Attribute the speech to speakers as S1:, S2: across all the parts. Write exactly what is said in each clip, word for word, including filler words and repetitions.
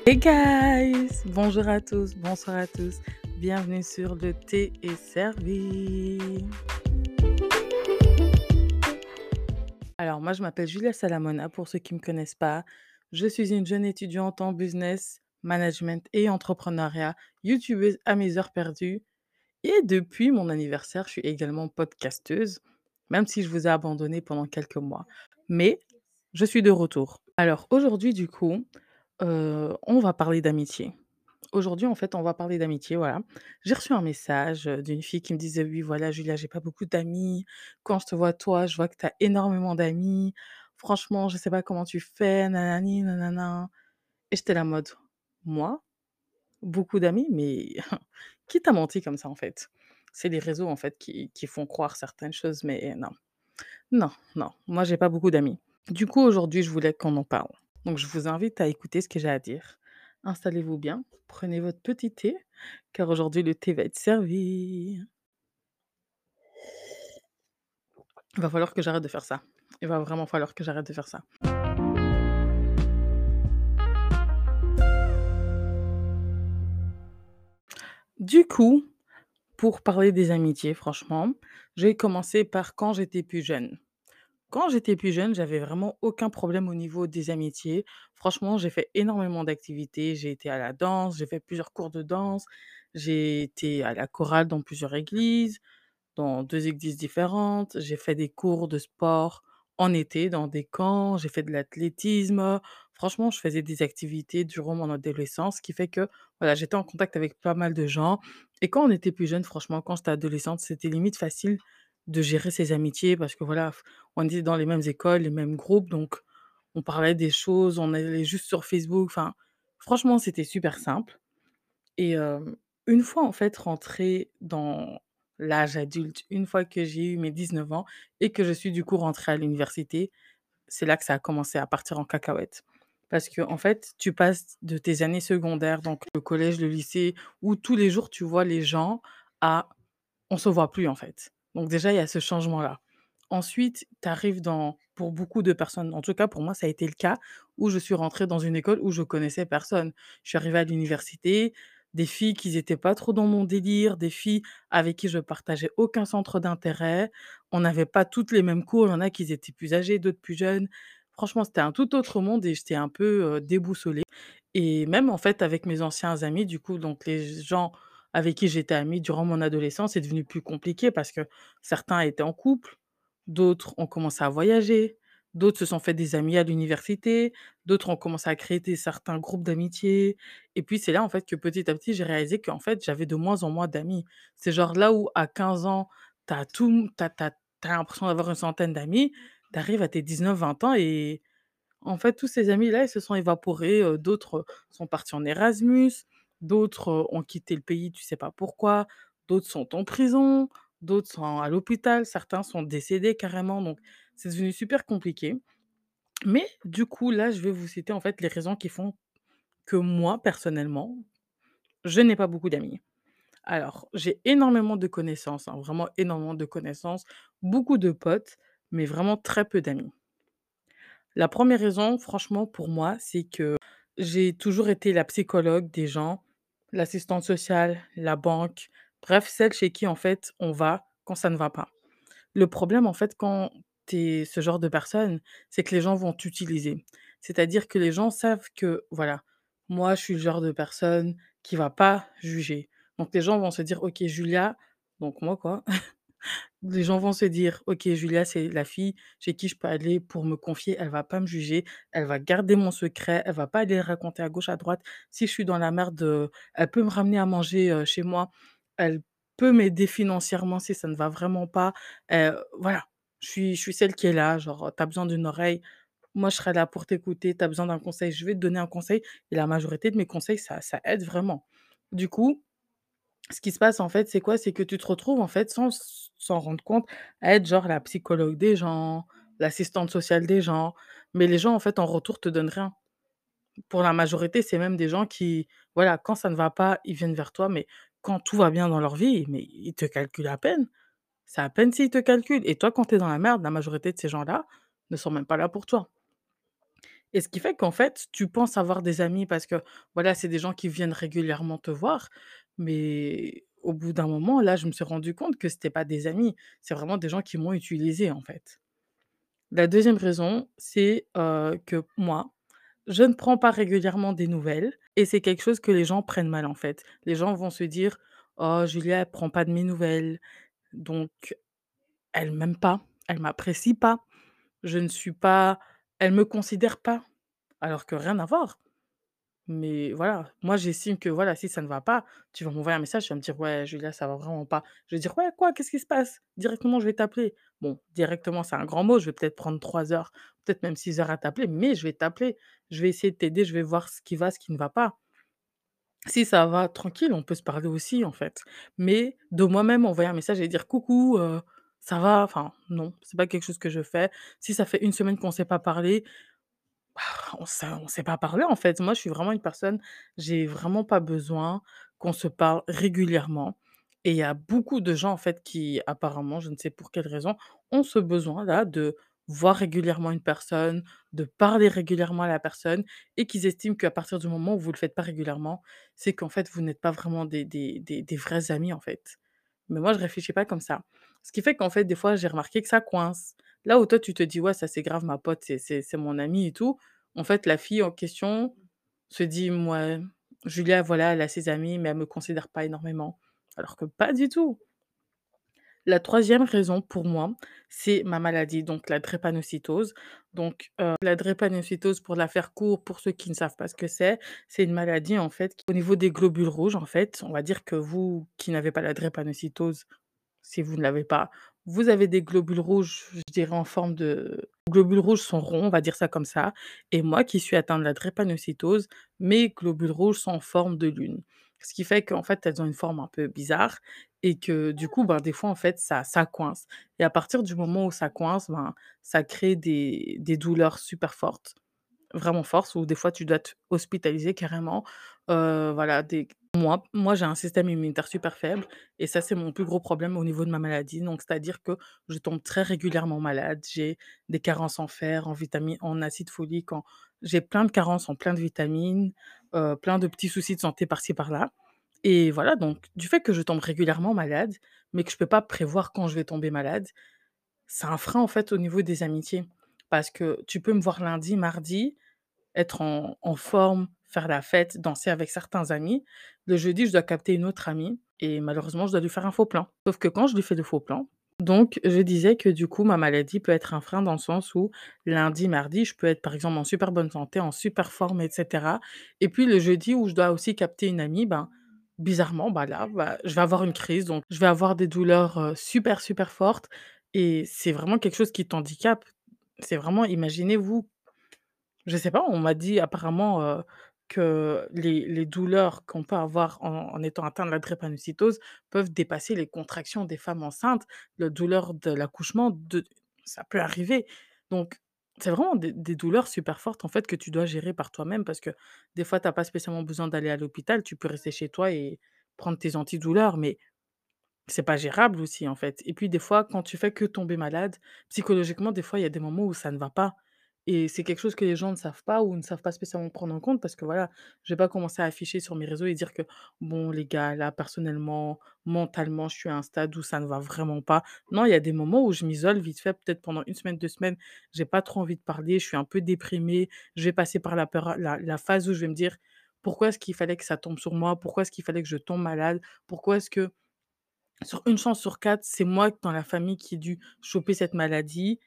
S1: Hey guys! Bonjour à tous, bonsoir à tous. Bienvenue sur Le thé est servi. Alors moi je m'appelle Julia Salamona pour ceux qui ne me connaissent pas. Je suis une jeune étudiante en business, management et entrepreneuriat, youtubeuse à mes heures perdues. Et depuis mon anniversaire, je suis également podcasteuse, même si je vous ai abandonné pendant quelques mois. Mais je suis de retour. Alors aujourd'hui du coup, heu, on va parler d'amitié. Aujourd'hui, en fait, on va parler d'amitié, voilà. J'ai reçu un message, heu, d'une fille qui me disait: «Oui, voilà, Julia, j'ai pas beaucoup d'amis. Quand je te vois toi, je vois que tu as énormément d'amis. Franchement, je sais pas comment tu fais, nanani nanana». Et j'étais là en mode: «Moi? Beaucoup d'amis? Mais qui t'a menti comme ça, en fait?» C'est les réseaux, en fait, qui qui font croire certaines choses, mais non. Non, non, moi, j'ai pas beaucoup d'amis. Du coup, aujourd'hui, je voulais qu'on en parle. Donc, je vous invite à écouter ce que j'ai à dire. Installez-vous bien, prenez votre petit thé, car aujourd'hui, le thé va être servi. Il va falloir que j'arrête de faire ça. Il va vraiment falloir que j'arrête de faire ça. Du coup, pour parler des amitiés, franchement, j'ai commencé par quand j'étais plus jeune. Quand j'étais plus jeune, j'avais vraiment aucun problème au niveau des amitiés. Franchement, j'ai fait énormément d'activités. J'ai été à la danse, j'ai fait plusieurs cours de danse, j'ai été à la chorale dans plusieurs églises, dans deux églises différentes. J'ai fait des cours de sport en été dans des camps, j'ai fait de l'athlétisme. Franchement, je faisais des activités durant mon adolescence, ce qui fait que, voilà, j'étais en contact avec pas mal de gens. Et quand on était plus jeune, franchement, quand j'étais adolescente, c'était limite facile de gérer ses amitiés parce que, voilà, f on était dans les mêmes écoles, les mêmes groupes, donc on parlait des choses, on allait juste sur Facebook, enfin, franchement, c'était super simple. Et hem, une fois, en fait, rentrée dans l'âge adulte, une fois que j'ai eu mes dix-neuf ans et que je suis, du coup, rentrée à l'université, c'est là que ça a commencé à partir en cacahuète. Parce que en fait, tu passes de tes années secondaires, donc le collège, le lycée, où tous les jours tu vois les gens, à on se voit plus, en fait. Donc déjà, il y a ce changement-là. Ensuite, tu arrives dans pour beaucoup de personnes, en tout cas pour moi, ça a été le cas, où je suis rentrée dans une école où je connaissais personne. Je suis arrivée à l'université, des filles qui étaient pas trop dans mon délire, des filles avec qui je partageais aucun centre d'intérêt. On n'avait pas toutes les mêmes cours, il y en a qui étaient plus âgés, d'autres plus jeunes. Franchement, c'était un tout autre monde et j'étais un peu, heu, déboussolée. Et même, en fait, avec mes anciens amis, du coup, donc les gens avec qui j'étais amie durant mon adolescence, c'est devenu plus compliqué parce que certains étaient en couple, d'autres ont commencé à voyager, d'autres se sont fait des amis à l'université, d'autres ont commencé à créer des certains groupes d'amitié. Et puis, c'est là, en fait, que petit à petit, j'ai réalisé qu'en fait, j'avais de moins en moins d'amis. C'est genre là où à quinze ans, tu as tout, tu as tu l'impression d'avoir une centaine d'amis, tu arrives à tes dix-neuf vingt ans et en fait, tous ces amis-là, ils se sont évaporés, heu, d'autres, heu, sont partis en Erasmus, d'autres, heu, ont quitté le pays, tu sais pas pourquoi, d'autres sont en prison, d'autres sont à l'hôpital, certains sont décédés carrément, donc c'est devenu super compliqué. Mais du coup, là, je vais vous citer, en fait, les raisons qui font que moi, personnellement, je n'ai pas beaucoup d'amis. Alors, j'ai énormément de connaissances, hein, vraiment énormément de connaissances, beaucoup de potes, mais vraiment très peu d'amis. La première raison, franchement, pour moi, c'est que j'ai toujours été la psychologue des gens, l'assistante sociale, la banque, bref, celle chez qui, en fait, on va quand ça ne va pas. Le problème, en fait, quand tu es ce genre de personne, c'est que les gens vont t'utiliser. C'est-à-dire que les gens savent que, voilà, moi, je suis le genre de personne qui va pas juger. Donc les gens vont se dire: «OK, Julia», donc moi, quoi, les gens vont se dire: «OK, Julia, c'est la fille chez qui je peux aller pour me confier, elle va pas me juger, elle va garder mon secret, elle va pas aller le raconter à gauche, à droite. Si je suis dans la merde, heu, elle peut me ramener à manger, heu, chez moi, elle peut m'aider financièrement si ça ne va vraiment pas». Heu, voilà, je suis je suis celle qui est là, genre, tu as besoin d'une oreille, moi je serai là pour t'écouter, tu as besoin d'un conseil, je vais te donner un conseil et la majorité de mes conseils, ça ça aide vraiment. Du coup, ce qui se passe, en fait, c'est quoi? C'est que tu te retrouves, en fait, sans s s'en rendre compte, à être genre la psychologue des gens, l'assistante sociale des gens, mais les gens, en fait, en retour, te donnent rien. Pour la majorité, c'est même des gens qui, voilà, quand ça ne va pas, ils viennent vers toi, mais quand tout va bien dans leur vie, mais ils te calculent à peine. C'est à peine s'ils te calculent et toi, quand tu es dans la merde, la majorité de ces gens-là ne sont même pas là pour toi. Et ce qui fait qu'en fait, tu penses avoir des amis parce que, voilà, c'est des gens qui viennent régulièrement te voir, mais au bout d'un moment, là, je me suis rendu compte que c'était pas des amis, c'est vraiment des gens qui m'ont utilisé en fait. La deuxième raison, c'est, heu, que moi, je ne prends pas régulièrement des nouvelles et c'est quelque chose que les gens prennent mal, en fait. Les gens vont se dire: «Oh Julia, elle prend pas de mes nouvelles, donc elle m'aime pas, elle m'apprécie pas, je ne suis pas elle me considère pas». Alors que rien à voir. Mais voilà, moi j'estime que voilà, si ça ne va pas, tu vas m'envoyer un message, tu vas me dire: «Ouais Julia, ça va vraiment pas». Je vais dire: «Ouais, quoi? Qu'est-ce qui se passe?» Directement, je vais t'appeler. Bon, directement, c'est un grand mot, je vais peut-être prendre trois heures, peut-être même six heures à t'appeler, mais je vais t'appeler. Je vais essayer de t'aider, je vais voir ce qui va, ce qui ne va pas. Si ça va, tranquille, on peut se parler aussi, en fait. Mais de moi-même envoyer un message et dire: «Coucou, heu, ça va?» enfin non, c'est pas quelque chose que je fais. Si ça fait une semaine qu'on ne s'est pas parlé, on s'est on s'est pas parlé, en fait. Moi, je suis vraiment une personne, j'ai vraiment pas besoin qu'on se parle régulièrement et il y a beaucoup de gens, en fait, qui apparemment, je ne sais pour quelle raison, ont ce besoin-là de voir régulièrement une personne, de parler régulièrement à la personne et qu'ils estiment qu'à partir du moment où vous le faites pas régulièrement, c'est qu'en fait, vous n'êtes pas vraiment des des des des vrais amis, en fait. Mais moi, je réfléchis pas comme ça. Ce qui fait qu'en fait, des fois, j'ai remarqué que ça coince. Là où toi, tu te dis: «Ouais, ça, c'est grave, ma pote, c'est c'est c'est mon amie et tout», en fait, la fille en question se dit: «Mouais, Julia, voilà, elle a ses amis, mais elle me considère pas énormément». Alors que pas du tout. La troisième raison pour moi, c'est ma maladie, donc la drépanocytose. Donc, heu, la drépanocytose, pour la faire court, pour ceux qui ne savent pas ce que c'est, c'est une maladie, en fait, qui au niveau des globules rouges, en fait, on va dire que vous qui n'avez pas la drépanocytose, si vous ne l'avez pas, vous avez des globules rouges, je dirais en forme de globules rouges sont ronds, on va dire ça comme ça, et moi qui suis atteinte de la drépanocytose, mes globules rouges sont en forme de lune. Ce qui fait qu'en fait, elles ont une forme un peu bizarre et que du coup, ben, des fois, en fait, ça ça coince et à partir du moment où ça coince, ben, ça crée des des douleurs super fortes. Vraiment force où des fois tu dois être hospitalisé carrément, heu, voilà des moi moi j'ai un système immunitaire super faible et ça c'est mon plus gros problème au niveau de ma maladie, donc c'est-à-dire que je tombe très régulièrement malade. J'ai des carences en fer, en vitamines, en acide folique, en j'ai plein de carences en plein de vitamines, heu, plein de petits soucis de santé par-ci par-là et voilà, donc du fait que je tombe régulièrement malade, mais que je peux pas prévoir quand je vais tomber malade, c'est un frein en fait au niveau des amitiés. Parce que tu peux me voir lundi, mardi, être en en forme, faire la fête, danser avec certains amis. Le jeudi, je dois capter une autre amie et malheureusement, je dois lui faire un faux plan. Sauf que quand je lui fais le faux plan, donc je disais que du coup, ma maladie peut être un frein dans le sens où lundi, mardi, je peux être par exemple en super bonne santé, en super forme et cetera et puis le jeudi où je dois aussi capter une amie, ben, bizarrement, bah, là, bah, je vais avoir une crise, donc je vais avoir des douleurs, heu, super, super fortes et c'est vraiment quelque chose qui t'handicape. C'est vraiment imaginez-vous je sais pas, on m'a dit apparemment, heu, que les les douleurs qu'on peut avoir en en étant atteint de la drépanocytose peuvent dépasser les contractions des femmes enceintes. La douleur de l'accouchement de ça peut arriver. Donc c'est vraiment des des douleurs super fortes, en fait, que tu dois gérer par toi-même parce que des fois, tu as pas spécialement besoin d'aller à l'hôpital. Tu peux rester chez toi et prendre tes antidouleurs, mais c'est pas gérable aussi, en fait et puis des fois, quand tu fais que tomber malade, psychologiquement, des fois, il y a des moments où ça ne va pas et c'est quelque chose que les gens ne savent pas ou ne savent pas spécialement prendre en compte parce que voilà, je vais pas commencer à afficher sur mes réseaux et dire que: «Bon les gars, là, personnellement, mentalement, je suis à un stade où ça ne va vraiment pas». Non, il y a des moments où je m'isole vite fait, peut-être pendant une semaine, deux semaines, j'ai pas trop envie de parler, je suis un peu déprimée, je vais passer par la péri la la phase où je vais me dire: «Pourquoi est-ce qu'il fallait que ça tombe sur moi? Pourquoi est-ce qu'il fallait que je tombe malade? Pourquoi est-ce que» sur une chance sur quatre, c'est moi dans la famille qui ai dû choper cette maladie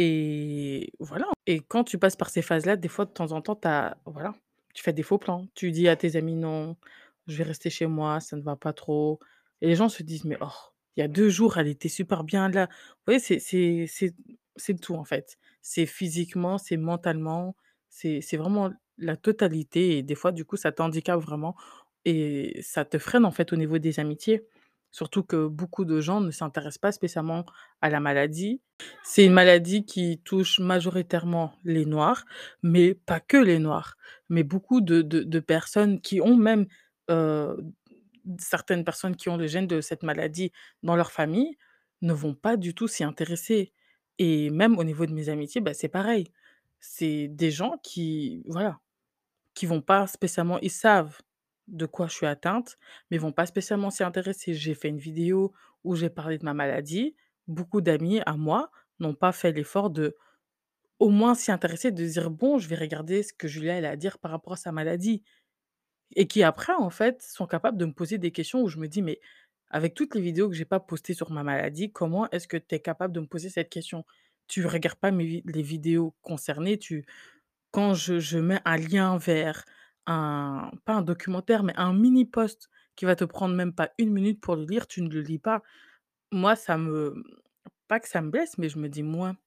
S1: et voilà et quand tu passes par ces phases-là, des fois, de temps en temps, tu voilà, tu fais des faux plans. Tu dis à tes amis: «Non, je vais rester chez moi, ça ne va pas trop» et les gens se disent: «Mais oh, il y a deux jours, elle était super bien là». Vous voyez, c'est c'est c'est c'est le tout, en fait. C'est physiquement, c'est mentalement, c'est c'est vraiment la totalité et des fois, du coup, ça t'handicape vraiment et ça te freine, en fait, au niveau des amitiés. Surtout que beaucoup de gens ne s'intéressent pas spécialement à la maladie. C'est une maladie qui touche majoritairement les noirs, mais pas que les noirs. Mais beaucoup de de de personnes qui ont même, heu, certaines personnes qui ont le gène de cette maladie dans leur famille, ne vont pas du tout s'y intéresser et même au niveau de mes amitiés, bah, c'est pareil. c'est des gens qui, voilà, qui vont pas spécialement ils savent de quoi je suis atteinte, mais ils vont pas spécialement s'y intéresser. J'ai fait une vidéo où j'ai parlé de ma maladie. Beaucoup d'amis à moi n'ont pas fait l'effort de au moins s'y intéresser, de dire: «Bon, je vais regarder ce que Julia, elle a à dire par rapport à sa maladie». Et qui après, en fait, sont capables de me poser des questions où je me dis: «Mais avec toutes les vidéos que j'ai pas postées sur ma maladie, comment est-ce que tu es capable de me poser cette question? Tu regardes pas mes vi les vidéos concernées, tu quand je je mets un lien vers un pas un documentaire, mais un mini post qui va te prendre même pas une minute pour le lire, tu ne le lis pas». Moi, ça me pas que ça me blesse, mais je me dis: «Moi».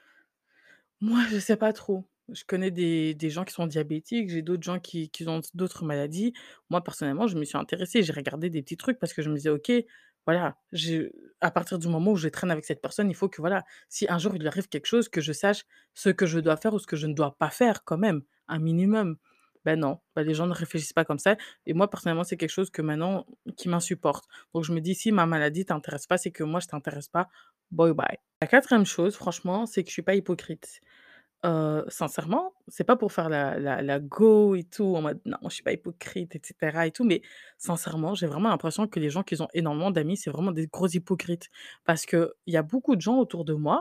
S1: Moi, je sais pas trop. Je connais des des gens qui sont diabétiques, j'ai d'autres gens qui qui ont d'autres maladies. Moi, personnellement, je me suis intéressée, j'ai regardé des petits trucs parce que je me disais: «OK, voilà, je à partir du moment où je traîne avec cette personne, il faut que, voilà, si un jour il lui arrive quelque chose, que je sache ce que je dois faire ou ce que je ne dois pas faire quand même, un minimum». Ben non, bah, les gens ne réfléchissent pas comme ça et moi, personnellement, c'est quelque chose que maintenant qui m'insupporte. Donc je me dis: «Si ma maladie t'intéresse pas, c'est que moi je t'intéresse pas, bye bye». La quatrième chose, franchement, c'est que je suis pas hypocrite. Heu, sincèrement, c'est pas pour faire la la la go et tout, en mode: «Non, je suis pas hypocrite et cetera et tout», mais sincèrement, j'ai vraiment l'impression que les gens qui ont énormément d'amis, c'est vraiment des gros hypocrites. Parce qu'il y a beaucoup de gens autour de moi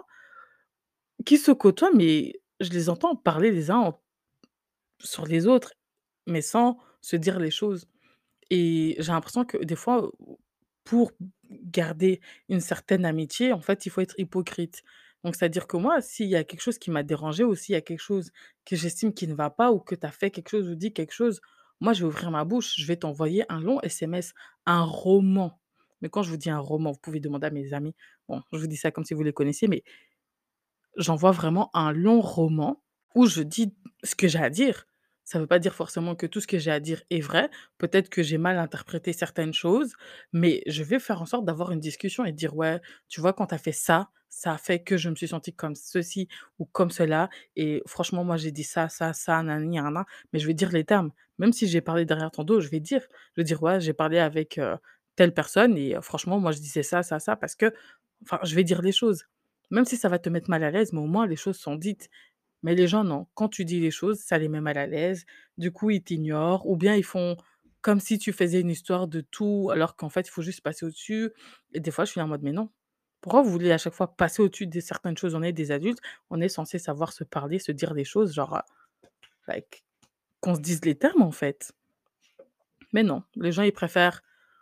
S1: qui se côtoient, mais je les entends parler les uns en sur les autres, mais sans se dire les choses. Et j'ai l'impression que des fois, pour garder une certaine amitié, en fait, il faut être hypocrite. Donc c'est-à-dire que moi, s'il y a quelque chose qui m'a dérangé ou s'il y a quelque chose que j'estime qui ne va pas ou que tu as fait quelque chose ou dit quelque chose, moi, je vais ouvrir ma bouche, je vais t'envoyer un long S M S, un roman. Mais quand je vous dis un roman, vous pouvez demander à mes amis. Bon, je vous dis ça comme si vous les connaissiez, mais j'envoie vraiment un long roman où je dis ce que j'ai à dire. Ça ne veut pas dire forcément que tout ce que j'ai à dire est vrai. Peut-être que j'ai mal interprété certaines choses, mais je vais faire en sorte d'avoir une discussion et dire: «Ouais, tu vois, quand tu as fait ça, ça a fait que je me suis sentie comme ceci ou comme cela et franchement, moi, j'ai dit ça, ça, ça, nani, nana». Mais je vais dire les termes. Même si j'ai parlé derrière ton dos, je vais dire. Je vais dire: «Ouais, j'ai parlé avec, heu, telle personne et heu, franchement, moi, je disais ça, ça, ça parce que», enfin, je vais dire les choses. Même si ça va te mettre mal à l'aise, mais au moins les choses sont dites. Mais les gens, non. Quand tu dis les choses, ça les met mal à l'aise. Du coup, ils t'ignorent ou bien ils font comme si tu faisais une histoire de tout, alors qu'en fait, il faut juste passer au-dessus. Et des fois, je suis là en mode: «Mais non, pourquoi vous voulez à chaque fois passer au-dessus de certaines choses? On est des adultes, on est censé savoir se parler, se dire des choses, genre, heu, like, qu'on se dise les termes, en fait». Mais non, les gens, ils préfèrent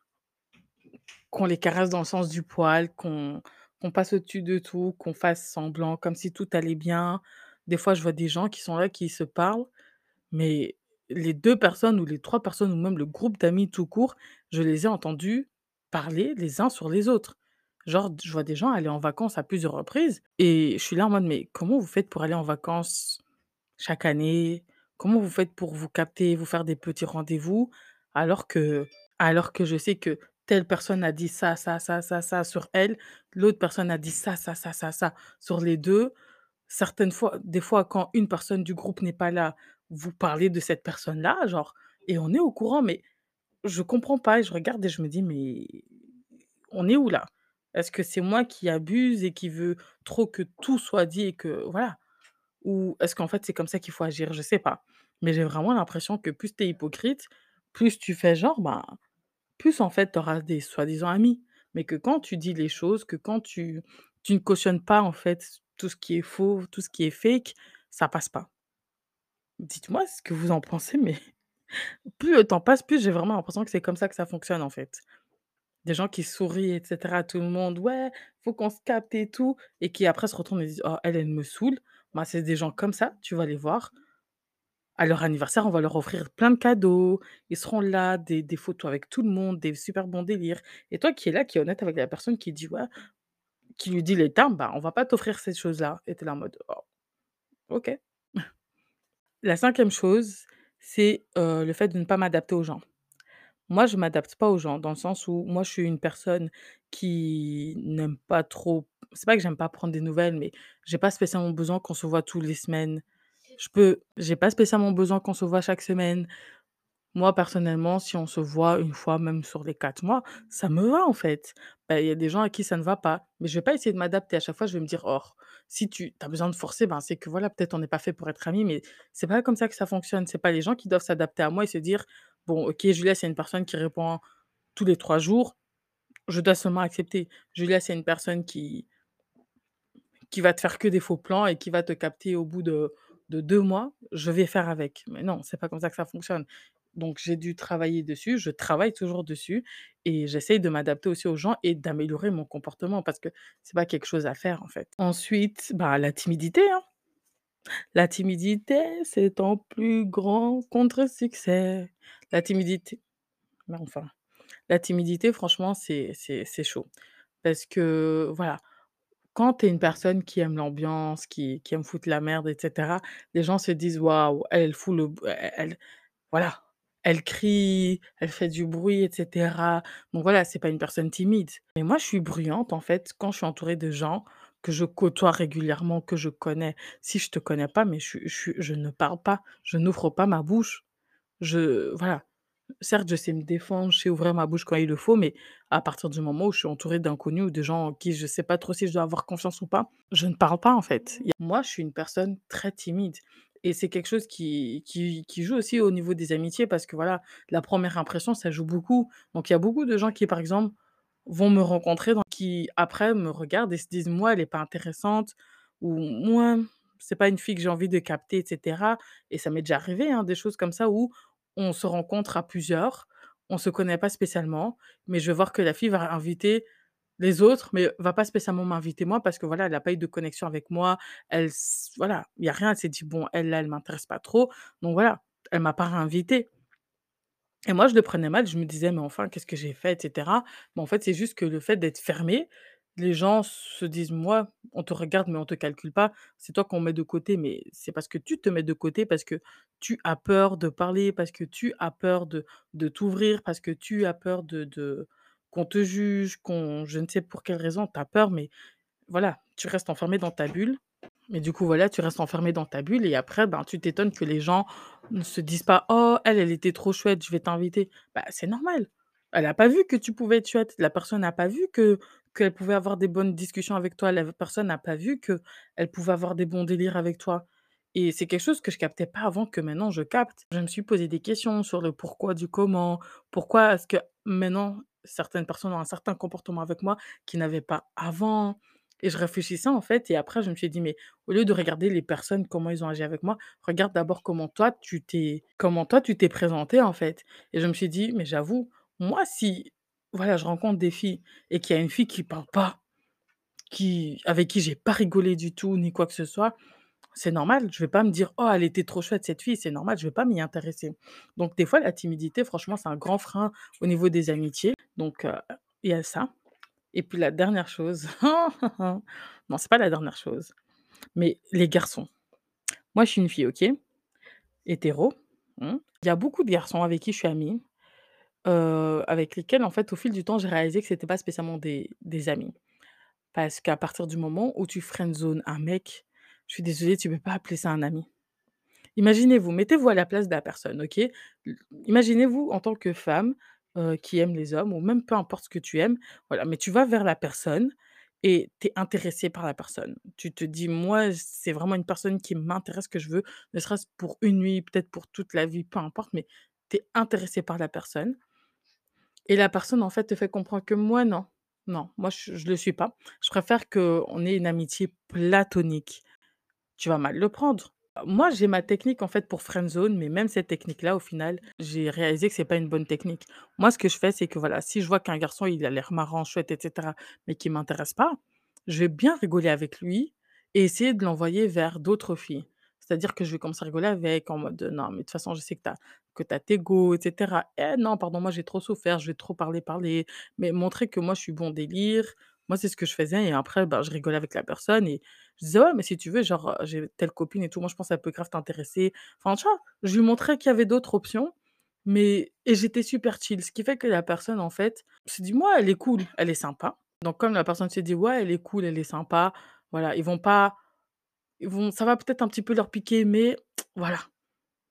S1: qu'on les caresse dans le sens du poil, qu'on qu'on passe au-dessus de tout, qu'on fasse semblant comme si tout allait bien. Des fois, je vois des gens qui sont là, qui se parlent, mais les deux personnes ou les trois personnes ou même le groupe d'amis tout court, je les ai entendus parler les uns sur les autres. Genre, je vois des gens aller en vacances à plusieurs reprises et je suis là en mode: «Mais comment vous faites pour aller en vacances chaque année? Comment vous faites pour vous capter, vous faire des petits rendez-vous?» alors que alors que je sais que telle personne a dit ça, ça, ça, ça, ça sur elle, l'autre personne a dit ça, ça, ça, ça, ça sur les deux. Certaines fois des fois quand une personne du groupe n'est pas là, vous parlez de cette personne-là, genre et on est au courant, mais je comprends pas et je regarde et je me dis: «Mais on est où là? Est-ce que c'est moi qui abuse et qui veux trop que tout soit dit et que voilà?» Ou est-ce qu'en fait, c'est comme ça qu'il faut agir? Je sais pas. Mais j'ai vraiment l'impression que plus tu es hypocrite, plus tu fais genre, ben, plus en fait, tu auras des soi-disant amis. Mais que quand tu dis les choses, que quand tu tu ne cautionnes pas en fait tout ce qui est faux, tout ce qui est fake, ça passe pas. Dites-moi ce que vous en pensez, mais plus le temps passe, plus j'ai vraiment l'impression que c'est comme ça que ça fonctionne en fait. Des gens qui sourient et cetera à tout le monde: «Ouais, faut qu'on se capte et tout» et qui après se retournent et disent: «Oh elle, elle me saoule». Bah, c'est des gens comme ça, tu vas les voir. À leur anniversaire, on va leur offrir plein de cadeaux. Ils seront là, des des photos avec tout le monde, des super bons délires. Et toi qui es là, qui est honnête avec la personne qui dit: «Ouais», qui lui dit les termes, bah, on va pas t'offrir ces choses-là. Et tu es là en mode: «Oh, OK». La cinquième chose, c'est, heu, le fait de ne pas m'adapter aux gens. Moi, je m'adapte pas aux gens, dans le sens où moi, je suis une personne qui n'aime pas trop c'est pas que j'aime pas prendre des nouvelles, mais j'ai pas spécialement besoin qu'on se voit tous les semaines. Je peux j'ai pas spécialement besoin qu'on se voit chaque semaine. Moi, personnellement, si on se voit une fois, même sur les quatre mois, ça me va, en fait. Bah, il y a des gens à qui ça ne va pas, mais je vais pas essayer de m'adapter. À chaque fois, je vais me dire: «Oh, si tu as besoin de forcer, ben, c'est que voilà, peut-être on n'est pas fait pour être amis», mais c'est pas comme ça que ça fonctionne. C'est pas les gens qui doivent s'adapter à moi et se dire: «Bon, OK, Julia, c'est une personne qui répond tous les trois jours, je dois seulement accepter. Julia, c'est une personne qui qui va te faire que des faux plans et qui va te capter au bout de de deux mois, je vais faire avec. Mais non, c'est pas comme ça que ça fonctionne. Donc j'ai dû travailler dessus, je travaille toujours dessus et j'essaye de m'adapter aussi aux gens et d'améliorer mon comportement parce que c'est pas quelque chose à faire, en fait. Ensuite, bah, la timidité, hein. La timidité, c'est ton plus grand contre-succès. La timidité mais enfin, la timidité, franchement, c'est c'est c'est chaud parce que, voilà, quand tu es une personne qui aime l'ambiance, qui qui aime foutre la merde et cetera, les gens se disent: «Waouh, elle, elle fout le b elle elle voilà, elle crie, elle fait du bruit et cetera». Donc voilà, c'est pas une personne timide. Mais moi, je suis bruyante, en fait, quand je suis entourée de gens que je côtoie régulièrement, que je connais. Si je te connais pas, mais je suis je suis je ne parle pas, je n'ouvre pas ma bouche. Je voilà. Certes, je sais me défendre, je sais ouvrir ma bouche quand il le faut, mais à partir du moment où je suis entourée d'inconnus ou de gens en qui je sais pas trop si je dois avoir confiance ou pas, je ne parle pas, en fait. Il y a moi, je suis une personne très timide et c'est quelque chose qui qui qui joue aussi au niveau des amitiés parce que, voilà, la première impression, ça joue beaucoup. Donc il y a beaucoup de gens qui, par exemple, vont me rencontrer dans qui, après, me regardent et se disent: «Moi, elle est pas intéressante» ou «Moi, c'est pas une fille que j'ai envie de capter» et cetera et ça m'est déjà arrivé, hein, des choses comme ça où on se rencontre à plusieurs, on se connaît pas spécialement, mais je vais voir que la fille va inviter les autres, mais va pas spécialement m'inviter moi parce que voilà, elle a pas eu de connexion avec moi. Elle s Voilà, il y a rien, elle s'est dit: «Bon, elle là, elle m'intéresse pas trop», donc voilà, elle m'a pas réinvitée. Et moi, je le prenais mal, je me disais: «Mais enfin, qu'est-ce que j'ai fait?» et cetera. Mais en fait, c'est juste que le fait d'être fermé, les gens se disent: «Moi, on te regarde, mais on te calcule pas. C'est toi qu'on met de côté». Mais c'est parce que tu te mets de côté, parce que tu as peur de parler, parce que tu as peur de de t'ouvrir, parce que tu as peur de de qu'on te juge, qu'on je ne sais pour quelle raison, tu as peur, mais voilà, tu restes enfermé dans ta bulle. Mais du coup, voilà, tu restes enfermé dans ta bulle et après, ben, tu t'étonnes que les gens ne se disent pas: «Oh, elle, elle était trop chouette, je vais t'inviter». Bah, c'est normal. Elle a pas vu que tu pouvais être chouette. La personne n'a pas vu que qu'elle pouvait avoir des bonnes discussions avec toi. La personne n'a pas vu que elle pouvait avoir des bons délires avec toi et c'est quelque chose que je captais pas avant, que maintenant je capte. Je me suis posé des questions sur le pourquoi du comment. Pourquoi est-ce que maintenant certaines personnes ont un certain comportement avec moi qu'ils n'avaient pas avant? Et je réfléchissais en fait et après je me suis dit: «Mais au lieu de regarder les personnes, comment ils ont agi avec moi, regarde d'abord comment toi tu t'es comment toi tu t'es présenté, en fait». Et je me suis dit: «Mais j'avoue, moi si, voilà, je rencontre des filles et qu'il y a une fille qui parle pas, qui avec qui j'ai pas rigolé du tout ni quoi que ce soit, c'est normal, je vais pas me dire: «Oh, elle était trop chouette cette fille», c'est normal, je vais pas m'y intéresser. Donc des fois la timidité franchement c'est un grand frein au niveau des amitiés, donc heu, il y a ça et puis la dernière chose, non c'est pas la dernière chose, mais les garçons. Moi je suis une fille, OK? Hétéro, mmh. Il y a beaucoup de garçons avec qui je suis amie, heu, avec lesquels en fait au fil du temps j'ai réalisé que c'était pas spécialement des des amis. Parce qu'à partir du moment où tu friendzone un mec, je suis désolée, tu peux pas appeler ça un ami. Imaginez-vous, mettez-vous à la place de la personne, OK? L Imaginez-vous en tant que femme, heu, qui aime les hommes ou même peu importe ce que tu aimes, voilà, mais tu vas vers la personne et tu es intéressée par la personne. Tu te dis: «Moi, c'est vraiment une personne qui m'intéresse, que je veux, ne serait-ce pour une nuit, peut-être pour toute la vie, peu importe, mais tu es intéressée par la personne» et la personne, en fait, te fait comprendre que: «Moi, non, non, moi, je je le suis pas. Je préfère qu'on ait une amitié platonique». Tu vas mal le prendre. Moi, j'ai ma technique en fait pour friendzone, mais même cette technique-là, au final, j'ai réalisé que c'est pas une bonne technique. Moi, ce que je fais, c'est que voilà, si je vois qu'un garçon, il a l'air marrant, chouette, et cetera, mais qui m'intéresse pas, je vais bien rigoler avec lui et essayer de l'envoyer vers d'autres filles. C'est-à-dire que je vais commencer à rigoler avec en mode, non, mais de toute façon, je sais que tu as que tu tes go, et cetera. Eh non, pardon, moi j'ai trop souffert, je vais trop parler, parler, mais montrer que moi je suis bon délire. Moi, c'est ce que je faisais et après, bah, je rigolais avec la personne et je disais: «Ouais, mais si tu veux, genre, heu, j'ai telle copine et tout, moi je pense qu'elle peut grave t'intéresser». Enfin, tu vois? Je lui montrais qu'il y avait d'autres options, mais et j'étais super chill. Ce qui fait que la personne, en fait, se dit: «Moi, elle est cool, elle est sympa». Donc comme la personne se dit: «Ouais, elle est cool, elle est sympa», voilà, ils vont pas ils vont ça va peut-être un petit peu leur piquer, mais voilà,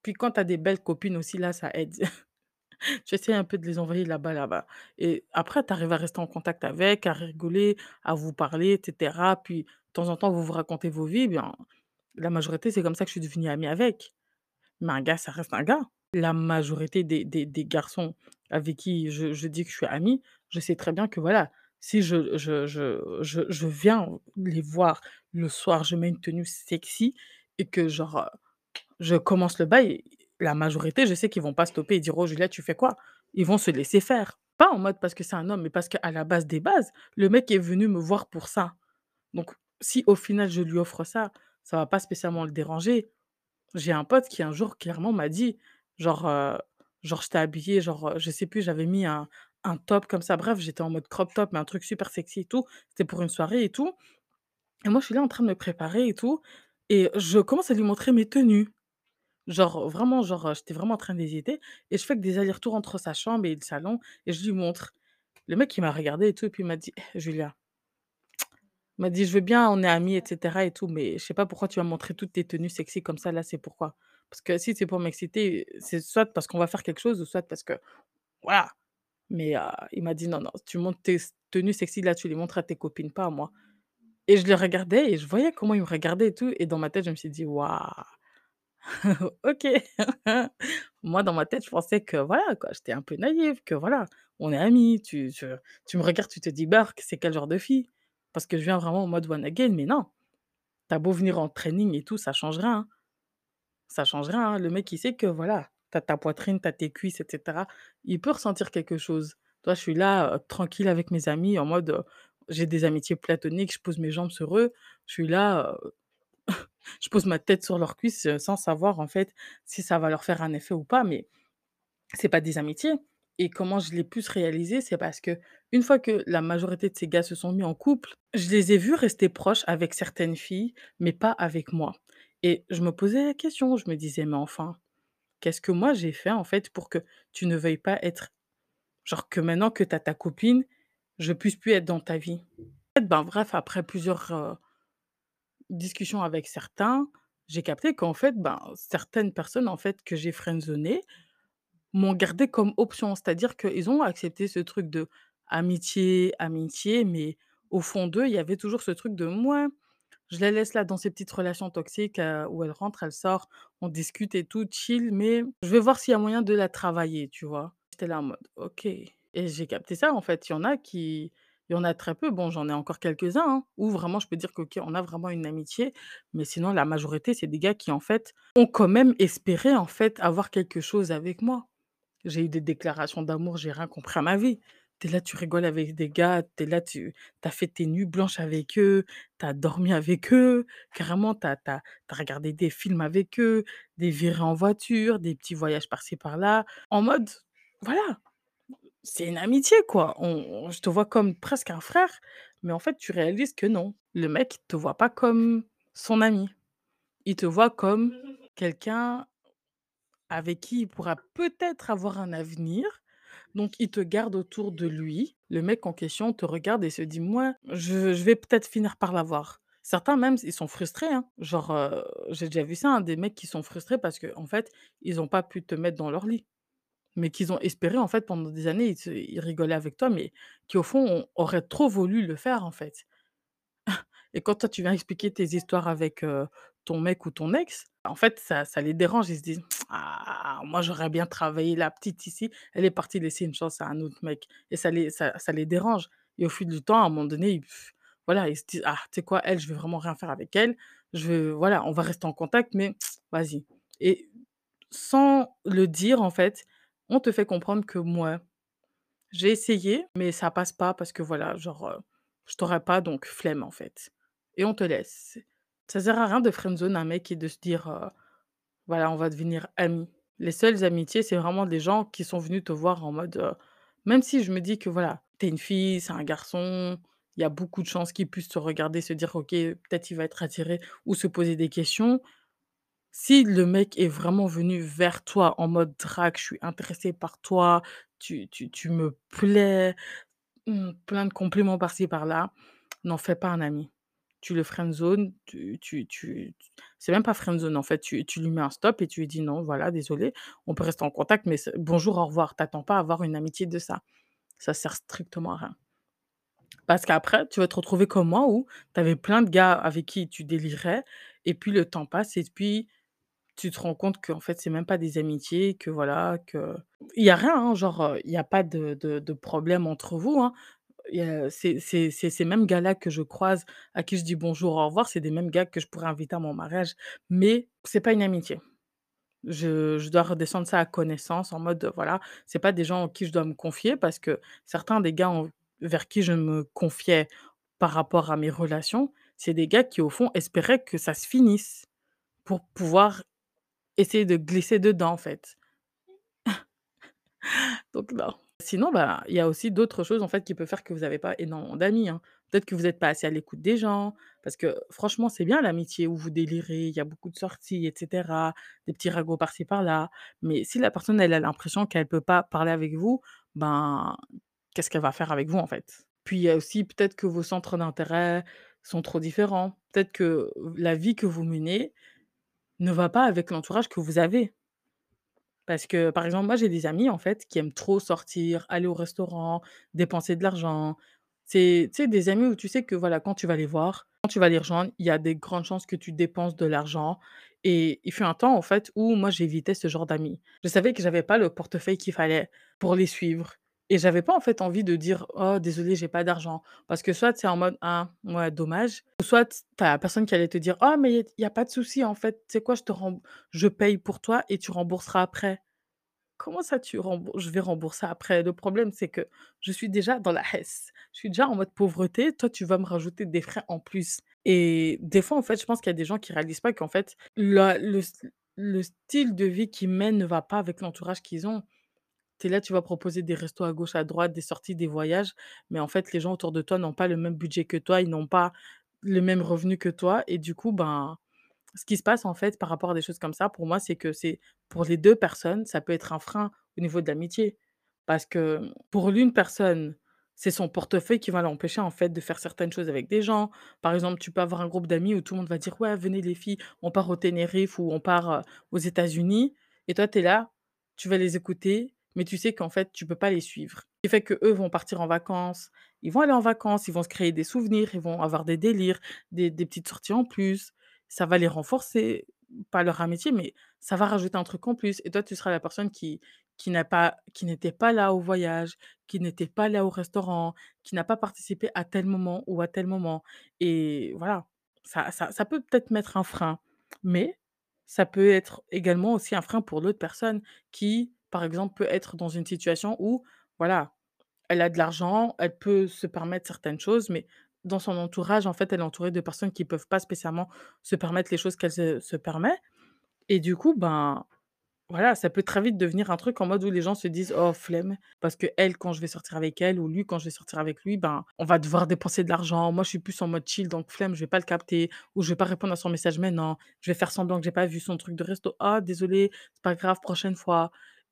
S1: Puis quand tu as des belles copines aussi, là, ça aide. Tu essaies un peu de les envoyer là-bas, là-bas et après tu arrives à rester en contact avec, à rigoler, à vous parler et cetera. Puis de temps en temps, vous vous racontez vos vies, bien, la majorité, c'est comme ça que je suis devenue amie avec. Mais un gars, ça reste un gars. La majorité des des des garçons avec qui je je dis que je suis amie, je sais très bien que voilà, si je je je je je viens les voir le soir, je mets une tenue sexy et que genre, heu, je commence le bail, la majorité, je sais qu'ils vont pas stopper et dire: «Oh Juliette, tu fais quoi?» Ils vont se laisser faire. Pas en mode parce que c'est un homme, mais parce qu'à la base des bases, le mec est venu me voir pour ça. Donc si au final je lui offre ça, ça va pas spécialement le déranger. J'ai un pote qui un jour clairement m'a dit, genre, heu, genre j'étais habillée, genre, heu, je sais plus, j'avais mis un un top comme ça, bref, j'étais en mode crop top, mais un truc super sexy et tout. C'était pour une soirée et tout et moi je suis là en train de me préparer et tout et je commence à lui montrer mes tenues. Genre vraiment, genre, heu, j'étais vraiment en train d'hésiter et je fais que des allers-retours entre sa chambre et le salon et je lui montre. Le mec il m'a regardé et tout et puis il m'a dit: «Eh Julia», il m'a dit: «Je veux bien, on est amis et cetera et tout, mais je sais pas pourquoi tu vas montrer toutes tes tenues sexy comme ça, là, c'est pourquoi? Parce que si c'est pour m'exciter, c'est soit parce qu'on va faire quelque chose ou soit parce que voilà». Mais heu, il m'a dit: «Non, non, tu montres tes s tenues sexy là, tu les montres à tes copines, pas à moi». Et je le regardais et je voyais comment il me regardait et tout et dans ma tête, je me suis dit: «Waouh, OK». Moi, dans ma tête, je pensais que voilà quoi, j'étais un peu naïve, que voilà, on est amis, tu tu tu me regardes, tu te dis: «Bark, c'est quel genre de fille?» parce que je viens vraiment en mode one again, mais non. Tu beau venir en training et tout, ça change rien, hein. Ça change rien, hein. Le mec, il sait que voilà, t'as ta poitrine, t'as tes cuisses et cetera. Il peut ressentir quelque chose. Toi, je suis là, heu, tranquille avec mes amis en mode, heu, j'ai des amitiés platoniques, je pose mes jambes sur eux. Je suis là, heu, je pose ma tête sur leurs cuisses, heu, sans savoir en fait si ça va leur faire un effet ou pas, mais c'est pas des amitiés et comment je l'ai plus réalisé, c'est parce que une fois que la majorité de ces gars se sont mis en couple, je les ai vus rester proches avec certaines filles, mais pas avec moi et je me posais la question, je me disais: «Mais enfin, qu'est-ce que moi j'ai fait en fait pour que tu ne veuilles pas être genre que maintenant que tu as ta copine, je puisse plus être dans ta vie?» En fait, ben, bref, après plusieurs, heu, discussions avec certains, j'ai capté qu'en fait, ben, certaines personnes en fait que j'ai friendzonées m'ont gardé comme option, c'est-à-dire qu'ils ont accepté ce truc de amitié, amitié, mais au fond d'eux, il y avait toujours ce truc de: «Mouais, je la laisse là dans ces petites relations toxiques, heu, où elle rentre, elle sort, on discute et tout, chill, mais je vais voir s'il y a moyen de la travailler», tu vois? J'étais là en mode: «OK» et j'ai capté ça en fait. Il y en a qui il y en a très peu, bon, j'en ai encore quelques-uns, hein, où vraiment je peux dire qu'OK, on a vraiment une amitié, mais sinon la majorité, c'est des gars qui en fait, ont quand même espéré en fait avoir quelque chose avec moi. J'ai eu des déclarations d'amour, j'ai rien compris à ma vie. Tu es là, tu rigoles avec des gars, tu es là, tu tu as fait tes nuits blanches avec eux, tu as dormi avec eux, carrément tu as tu as tu as regardé des films avec eux, des virées en voiture, des petits voyages par-ci par-là, en mode voilà, c'est une amitié quoi. On on je te vois comme presque un frère, mais en fait, tu réalises que non. Le mec, il te voit pas comme son ami. Il te voit comme quelqu'un avec qui il pourra peut-être avoir un avenir, donc il te garde autour de lui. Le mec en question te regarde et se dit: «Moi, je je vais peut-être finir par l'avoir». Certains même, ils sont frustrés, hein. Genre, heu, j'ai déjà vu ça, hein, des mecs qui sont frustrés parce qu'en fait, ils ont pas pu te mettre dans leur lit, mais qu'ils ont espéré en fait pendant des années, ils se ils rigolaient avec toi, mais qui au fond ont auraient trop voulu le faire en fait. Et quand toi, tu viens expliquer tes histoires avec, heu, ton mec ou ton ex, en fait, ça ça les dérange. Ils se disent: «Ah, moi, j'aurais bien travaillé la petite ici, elle est partie laisser une chance à un autre mec» et ça les ça ça les dérange et au fil du temps, à un moment donné, ils pff, voilà, ils se disent: «Ah, tu sais quoi? Elle, je vais vraiment rien faire avec elle. Je veux voilà, on va rester en contact, mais vas-y» et sans le dire, en fait, on te fait comprendre que: «Mouais, j'ai essayé, mais ça passe pas parce que voilà, genre, heu, je t'aurais pas donc flemme en fait» et on te laisse. Ça sert à rien de friendzone un mec et de se dire, heu: «Voilà, on va devenir amis». Les seules amitiés, c'est vraiment des gens qui sont venus te voir en mode, heu même si je me dis que voilà, tu es une fille, c'est un garçon, il y a beaucoup de chances qu'ils puissent te regarder, se dire: «OK, peut-être il va être attiré» ou se poser des questions. Si le mec est vraiment venu vers toi en mode drague: «Je suis intéressé par toi, tu tu tu me plais», mmh, plein de compliments par-ci par-là, n'en fais pas un ami. tu le friendzone, tu tu tu tu c'est même pas friendzone en fait, tu tu lui mets un stop et tu lui dis: «Non, voilà, désolé, on peut rester en contact, mais c'est bonjour, au revoir». T'attends pas à avoir une amitié de ça. Ça sert strictement à rien. Parce qu'après, tu vas te retrouver comme moi où tu avais plein de gars avec qui tu délirais et puis le temps passe et puis tu te rends compte qu'en fait, c'est même pas des amitiés, que voilà, que il y a rien, hein, genre, heu, il y a pas de de de problème entre vous, hein. Il y a c'est c'est c'est ces mêmes gars-là que je croise, à qui je dis bonjour, au revoir, c'est des mêmes gars que je pourrais inviter à mon mariage, mais c'est pas une amitié. Je je dois redescendre ça à connaissance en mode, heu, voilà, c'est pas des gens en qui je dois me confier parce que certains des gars en vers qui je me confiais par rapport à mes relations, c'est des gars qui, au fond, espéraient que ça se finisse pour pouvoir essayer de glisser dedans, en fait. Donc non. Sinon, bah, il y a aussi d'autres choses, en fait, qui peuvent faire que vous avez pas énormément d'amis, hein. Peut-être que vous êtes pas assez à l'écoute des gens, parce que franchement, c'est bien l'amitié où vous délirez, il y a beaucoup de sorties et cetera, des petits ragots par-ci par-là. Mais si la personne, elle a l'impression qu'elle peut pas parler avec vous, ben, qu'est-ce qu'elle va faire avec vous, en fait? Puis il y a aussi peut-être que vos centres d'intérêt sont trop différents. Peut-être que la vie que vous menez ne va pas avec l'entourage que vous avez. Parce que, par exemple, moi, j'ai des amis, en fait, qui aiment trop sortir, aller au restaurant, dépenser de l'argent. C'est, tu sais, des amis où tu sais que, voilà, quand tu vas les voir, quand tu vas les rejoindre, il y a des grandes chances que tu dépenses de l'argent et il fut un temps, en fait, où moi, j'évitais ce genre d'amis. Je savais que j'avais pas le portefeuille qu'il fallait pour les suivre et j'avais pas, en fait, envie de dire: «Oh désolé, j'ai pas d'argent». Parce que soit c'est en mode: «Ah, ouais, dommage», ou soit tu as la personne qui allait te dire: «Oh mais il y a pas de souci, en fait, tu sais quoi? Je te remb je paye pour toi et tu rembourseras après». Comment ça tu rembour je vais rembourser après? Le problème, c'est que je suis déjà dans la hesse. Je suis déjà en mode pauvreté, toi, tu vas me rajouter des frais en plus et des fois, en fait, je pense qu'il y a des gens qui réalisent pas qu'en fait, la le s le style de vie qu'ils mènent ne va pas avec l'entourage qu'ils ont. Tu es là, tu vas proposer des restos à gauche, à droite, des sorties, des voyages, mais en fait, les gens autour de toi n'ont pas le même budget que toi, ils n'ont pas le même revenu que toi et du coup, ben, ce qui se passe, en fait, par rapport à des choses comme ça, pour moi, c'est que c'est pour les deux personnes, ça peut être un frein au niveau de l'amitié. Parce que, mmh, pour l'une personne, c'est son portefeuille qui va l'empêcher, en fait, de faire certaines choses avec des gens. Par exemple, tu peux avoir un groupe d'amis où tout le monde va dire: «Ouais, venez les filles, on part au Tenerife ou on part, heu, aux États-Unis» et toi, tu es là, tu vas les écouter, mais tu sais qu'en fait, tu peux pas les suivre. Ce qui fait qu'eux vont partir en vacances, ils vont aller en vacances, ils vont se créer des souvenirs, ils vont avoir des délires, des des petites sorties en plus. Ça va les renforcer, pas leur amitié, mais ça va rajouter un truc en plus et toi, tu seras la personne qui qui n'a pas qui n'était pas là au voyage, qui n'était pas là au restaurant, qui n'a pas participé à tel moment ou à tel moment et voilà. Ça ça ça peut peut-être mettre un frein, mais ça peut être également aussi un frein pour l'autre personne qui, par exemple, peut être dans une situation où, voilà, elle a de l'argent, elle peut se permettre certaines choses, mais dans son entourage, en fait, elle est entourée de personnes qui peuvent pas spécialement se permettre les choses qu'elle se se permet et du coup, ben, voilà, ça peut très vite devenir un truc en mode où les gens se disent: «Oh flemme, parce que elle quand je vais sortir avec elle ou lui, quand je vais sortir avec lui, ben, on va devoir dépenser de l'argent. Moi, je suis plus en mode chill, donc flemme, je vais pas le capter ou je vais pas répondre à son message maintenant. Je vais faire semblant que j'ai pas vu son truc de resto. Ah désolé, c'est pas grave, prochaine fois»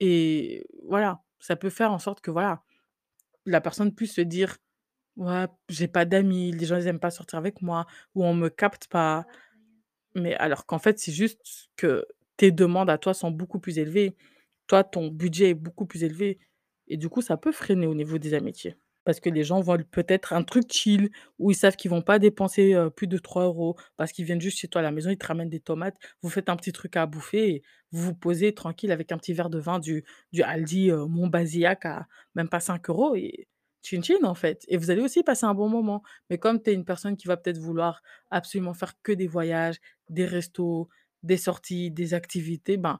S1: et voilà, ça peut faire en sorte que, voilà, la personne puisse se dire: «Ouais, j'ai pas d'amis, les gens ils aiment pas sortir avec moi ou on me capte pas». Mais alors qu'en fait, c'est juste que tes demandes à toi sont beaucoup plus élevées. Toi, ton budget est beaucoup plus élevé et du coup, ça peut freiner au niveau des amitiés. Parce que les gens veulent peut-être un truc chill, où ils savent qu'ils vont pas dépenser, heu, plus de trois euros parce qu'ils viennent juste chez toi à la maison, ils te ramènent des tomates, vous faites un petit truc à bouffer et vous vous posez tranquille avec un petit verre de vin du du Aldi, heu, Montbazillac à même pas cinq euros et chin chin, en fait et vous allez aussi passer un bon moment. Mais comme tu es une personne qui va peut-être vouloir absolument faire que des voyages, des restos, des sorties, des activités, ben,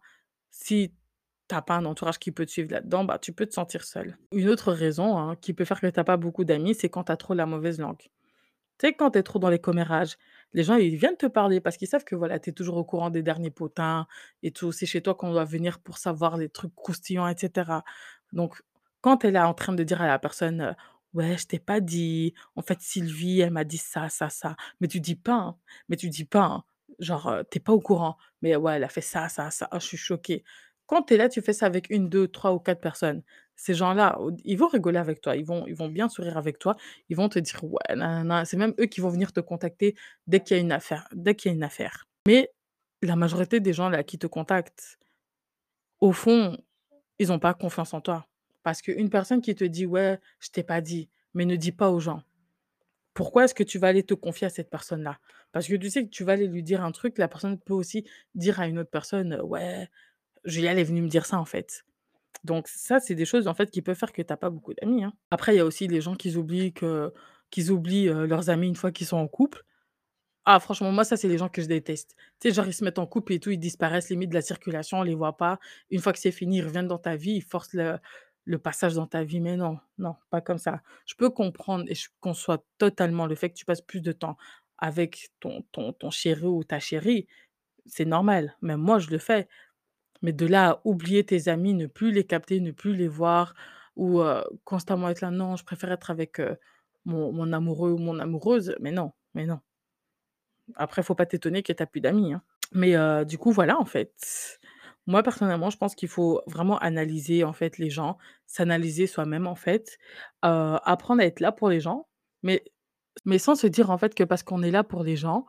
S1: si tu as pas un entourage qui peut te suivre là-dedans, bah, tu peux te sentir seul. Une autre raison, hein, qui peut faire que tu as pas beaucoup d'amis, c'est quand tu as trop la mauvaise langue. Tu sais, quand tu es trop dans les commérages, les gens, ils viennent te parler parce qu'ils savent que, voilà, tu es toujours au courant des derniers potins et tout. C'est chez toi qu'on doit venir pour savoir les trucs croustillants et cetera. Donc, quand tu es là en train de dire à la personne, heu: «Ouais, je t'ai pas dit, en fait, Sylvie, elle m'a dit ça, ça, ça», mais tu dis pas, hein, mais tu dis pas, hein, genre, heu, tu es pas au courant, mais ouais, elle a fait ça, ça, ça, oh, je suis choquée. Quand tu es là, tu fais ça avec une, deux, trois ou quatre personnes. Ces gens-là, au ils vont rigoler avec toi, ils vont ils vont bien sourire avec toi, ils vont te dire: «Ouais, na c'est même eux qui vont venir te contacter dès qu'il y a une affaire dès qu'il y a une affaire. Mais la majorité des gens là qui te contactent, au fond, ils ont pas confiance en toi. Parce qu'une personne qui te dit: «Ouais, je t'ai pas dit», mais ne dis pas aux gens. Pourquoi est-ce que tu vas aller te confier à cette personne-là? Parce que tu sais que tu vas aller lui dire un truc, la personne peut aussi dire à une autre personne: heu: «Ouais, Julia, elle est venue me dire ça, en fait». Donc ça, c'est des choses, en fait, qui peuvent faire que tu as pas beaucoup d'amis, hein. Après, il y a aussi les gens qui oublient que qu'ils oublient, heu, leurs amis une fois qu'ils sont en couple. Ah franchement, moi, ça, c'est les gens que je déteste. Tu sais, genre, ils se mettent en couple et tout, ils disparaissent limite de la circulation, on les voit pas. Une fois que c'est fini, ils reviennent dans ta vie, ils forcent le le passage dans ta vie. Mais non, non, pas comme ça. Je peux comprendre et je conçois totalement le fait que tu passes plus de temps avec ton ton ton chéri ou ta chérie, c'est normal. Même moi, je le fais. Mais de là à oublier tes amis, ne plus les capter, ne plus les voir ou heu, constamment être là: «Non, je préfère être avec, heu, mon mon amoureux ou mon amoureuse», mais non, mais non. Après, faut pas t'étonner que tu as plus d'amis, hein. Mais heu, du coup, voilà, en fait. Moi, personnellement, je pense qu'il faut vraiment analyser, en fait, les gens, s'analyser soi-même, en fait, heu, apprendre à être là pour les gens, mais mais sans se dire, en fait, que parce qu'on est là pour les gens,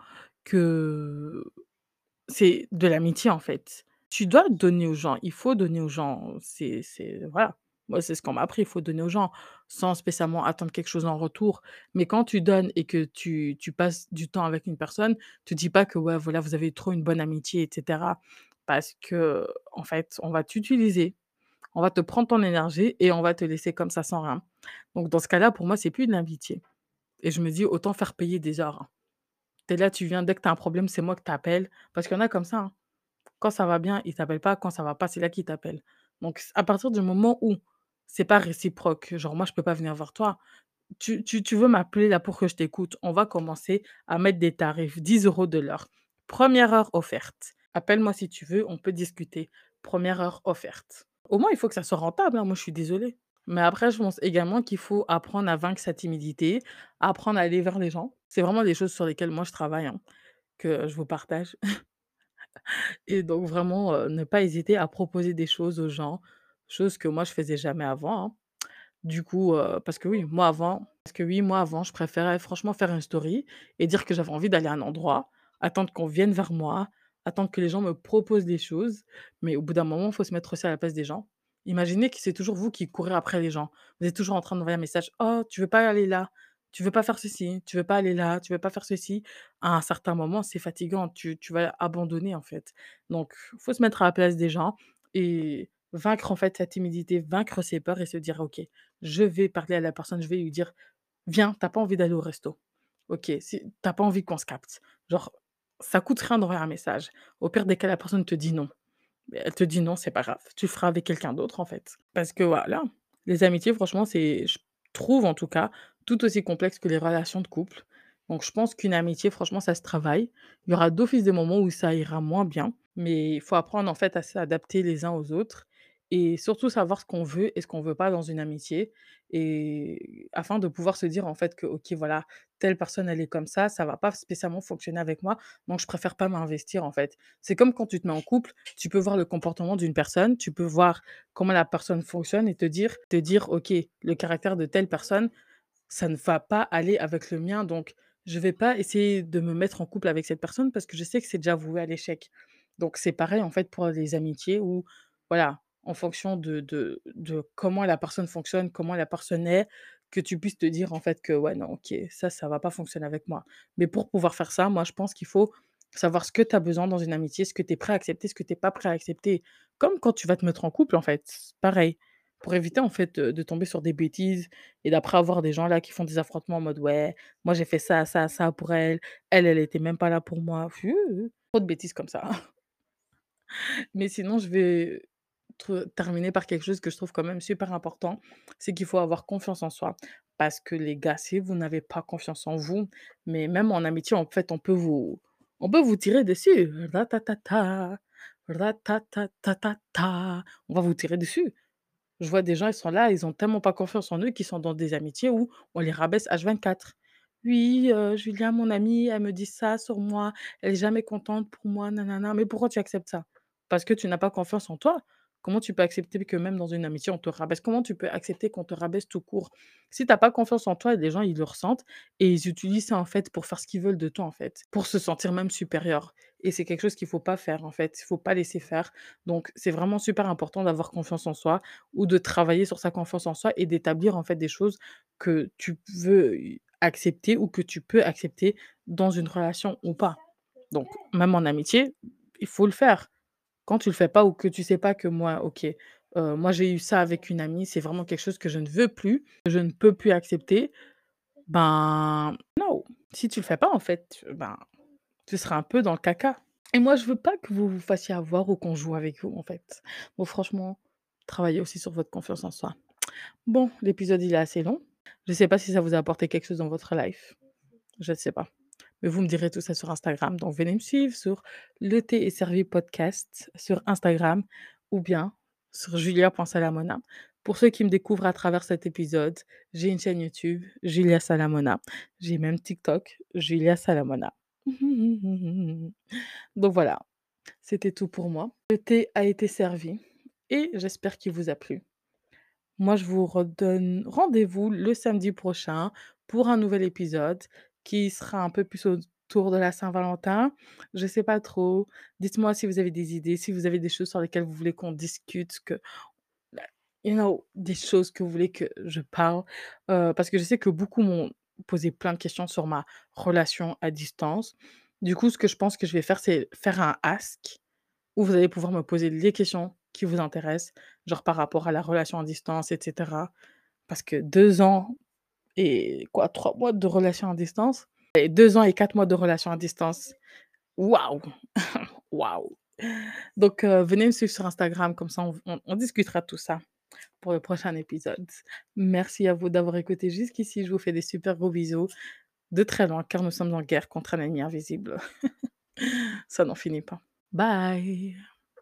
S1: que c'est de l'amitié, en fait. Tu dois donner aux gens, il faut donner aux gens, c'est c'est voilà. Moi, c'est ce qu'on m'a appris, il faut donner aux gens, sans spécialement attendre quelque chose en retour. Mais quand tu donnes et que tu tu passes du temps avec une personne, te dis pas que, ouais, voilà, vous avez trop une bonne amitié et cetera. Parce que en fait, on va t'utiliser, on va te prendre ton énergie et on va te laisser comme ça sans rien. Donc dans ce cas-là, pour moi, c'est plus de l'amitié et je me dis: «Autant faire payer des heures, hein». Tu es là, tu viens, dès que tu as un problème, c'est moi que tu appelles. Parce qu'il y en a comme ça, hein. Quand ça va bien, ils t'appellent pas, quand ça va pas, c'est là qu'ils t'appellent. Donc c à partir du moment où c'est pas réciproque, genre moi je peux pas venir voir toi, tu tu tu veux m'appeler là pour que je t'écoute, on va commencer à mettre des tarifs, dix euros de l'heure. Première heure offerte. Appelle-moi si tu veux, on peut discuter. Première heure offerte. Au moins il faut que ça soit rentable, hein, moi je suis désolée. Mais après je pense également qu'il faut apprendre à vaincre sa timidité, apprendre à aller vers les gens. C'est vraiment des choses sur lesquelles moi je travaille, hein, que je vous partage. Et donc vraiment, heu, ne pas hésiter à proposer des choses aux gens, chose que moi je faisais jamais avant, hein. Du coup, heu, parce que oui, moi avant parce que oui, moi avant, je préférais franchement faire une story et dire que j'avais envie d'aller à un endroit, attendre qu'on vienne vers moi, attendre que les gens me proposent des choses. Mais au bout d'un moment, il faut se mettre aussi à la place des gens. Imaginez que c'est toujours vous qui courez après les gens. Vous êtes toujours en train d'envoyer un message: «Oh, tu veux pas aller là? Tu veux pas faire ceci? Tu veux pas aller là? Tu veux pas faire ceci?» À un certain moment, c'est fatigant, tu tu vas abandonner, en fait. Donc faut se mettre à la place des gens et vaincre, en fait, sa timidité, vaincre ses peurs et se dire: «OK, je vais parler à la personne, je vais lui dire: "Viens, tu as pas envie d'aller au resto? OK, si tu as pas envie qu'on se capte?"» Genre, ça coûte rien d'envoyer un message. Au pire des cas, la personne te dit non. Mais elle te dit non, c'est pas grave. Tu le feras avec quelqu'un d'autre, en fait. Parce que voilà, les amitiés, franchement, c'est je trouve en tout cas, tout aussi complexe que les relations de couple. Donc je pense qu'une amitié, franchement, ça se travaille. Il y aura d'office des moments où ça ira moins bien, mais il faut apprendre en fait à s'adapter les uns aux autres et surtout savoir ce qu'on veut et ce qu'on veut pas dans une amitié et afin de pouvoir se dire en fait que: «OK, voilà, telle personne elle est comme ça, ça va pas spécialement fonctionner avec moi, donc je préfère pas m'investir en fait». C'est comme quand tu te mets en couple, tu peux voir le comportement d'une personne, tu peux voir comment la personne fonctionne et te dire te dire: «OK, le caractère de telle personne, ça ne va pas aller avec le mien, donc je vais pas essayer de me mettre en couple avec cette personne parce que je sais que c'est déjà voué à l'échec». Donc c'est pareil, en fait, pour les amitiés où, voilà, en fonction de de de comment la personne fonctionne, comment la personne est, que tu puisses te dire, en fait, que: «Ouais, non, OK, ça, ça va pas fonctionner avec moi». Mais pour pouvoir faire ça, moi, je pense qu'il faut savoir ce que tu as besoin dans une amitié, ce que tu es prêt à accepter, ce que tu es pas prêt à accepter. Comme quand tu vas te mettre en couple, en fait, c'est pareil. Pour éviter, en fait, heu, de tomber sur des bêtises et d'après avoir des gens là qui font des affrontements en mode: «Ouais, moi j'ai fait ça, ça, ça pour elle. Elle, elle était même pas là pour moi». Fu Trop de bêtises comme ça. Mais sinon, je vais te terminer par quelque chose que je trouve quand même super important, c'est qu'il faut avoir confiance en soi. Parce que les gars, si vous n'avez pas confiance en vous, mais même en amitié, en fait, on peut vous on peut vous tirer dessus. Ratatata, ratatatatata. On va vous tirer dessus. Je vois des gens, ils sont là, ils ont tellement pas confiance en eux qu'ils sont dans des amitiés où on les rabaisse H vingt-quatre. «Oui, heu, Julien, mon amie, elle me dit ça sur moi, elle est jamais contente pour moi, nanana». Mais pourquoi tu acceptes ça? Parce que tu n'as pas confiance en toi? Comment tu peux accepter que même dans une amitié, on te rabaisse? Comment tu peux accepter qu'on te rabaisse tout court? Si tu as pas confiance en toi, les gens, ils le ressentent et ils utilisent ça, en fait, pour faire ce qu'ils veulent de toi, en fait, pour se sentir même supérieur et c'est quelque chose qu'il faut pas faire, en fait. Il faut pas laisser faire. Donc c'est vraiment super important d'avoir confiance en soi ou de travailler sur sa confiance en soi et d'établir, en fait, des choses que tu veux accepter ou que tu peux accepter dans une relation ou pas. Donc même en amitié, il faut le faire. Quand tu le fais pas ou que tu sais pas que moi, OK, heu, moi j'ai eu ça avec une amie, c'est vraiment quelque chose que je ne veux plus, que je ne peux plus accepter, ben, non. Si tu le fais pas en fait, ben, tu seras un peu dans le caca et moi je veux pas que vous vous fassiez avoir ou qu'on joue avec vous en fait. Donc franchement, travaillez aussi sur votre confiance en soi. Bon, l'épisode il est assez long. Je sais pas si ça vous a apporté quelque chose dans votre life, je ne sais pas. Mais vous me direz tout ça sur Instagram. Donc venez me suivre sur Le thé est servi podcast sur Instagram ou bien sur julia.salamona. Pour ceux qui me découvrent à travers cet épisode, j'ai une chaîne YouTube, Julia Salamona. J'ai même TikTok, Julia Salamona. Donc voilà, c'était tout pour moi. Le thé a été servi et j'espère qu'il vous a plu. Moi, je vous redonne rendez-vous le samedi prochain pour un nouvel épisode qui sera un peu plus autour de la Saint-Valentin. Je sais pas trop. Dites-moi si vous avez des idées, si vous avez des choses sur lesquelles vous voulez qu'on discute, que, bah, you know, des choses que vous voulez que je parle. Euh, parce que je sais que beaucoup m'ont posé plein de questions sur ma relation à distance. Du coup, ce que je pense que je vais faire, c'est faire un ask où vous allez pouvoir me poser les questions qui vous intéressent, genre par rapport à la relation à distance et cetera. Parce que deux ans et quoi, trois mois de relation à distance et deux ans et quatre mois de relation à distance. Waouh! Waouh! Donc heu, venez me suivre sur Instagram, comme ça on on on discutera de tout ça pour le prochain épisode. Merci à vous d'avoir écouté jusqu'ici. Je vous fais des super gros bisous de très loin, car nous sommes en guerre contre un ennemi invisible. Ça n'en finit pas. Bye!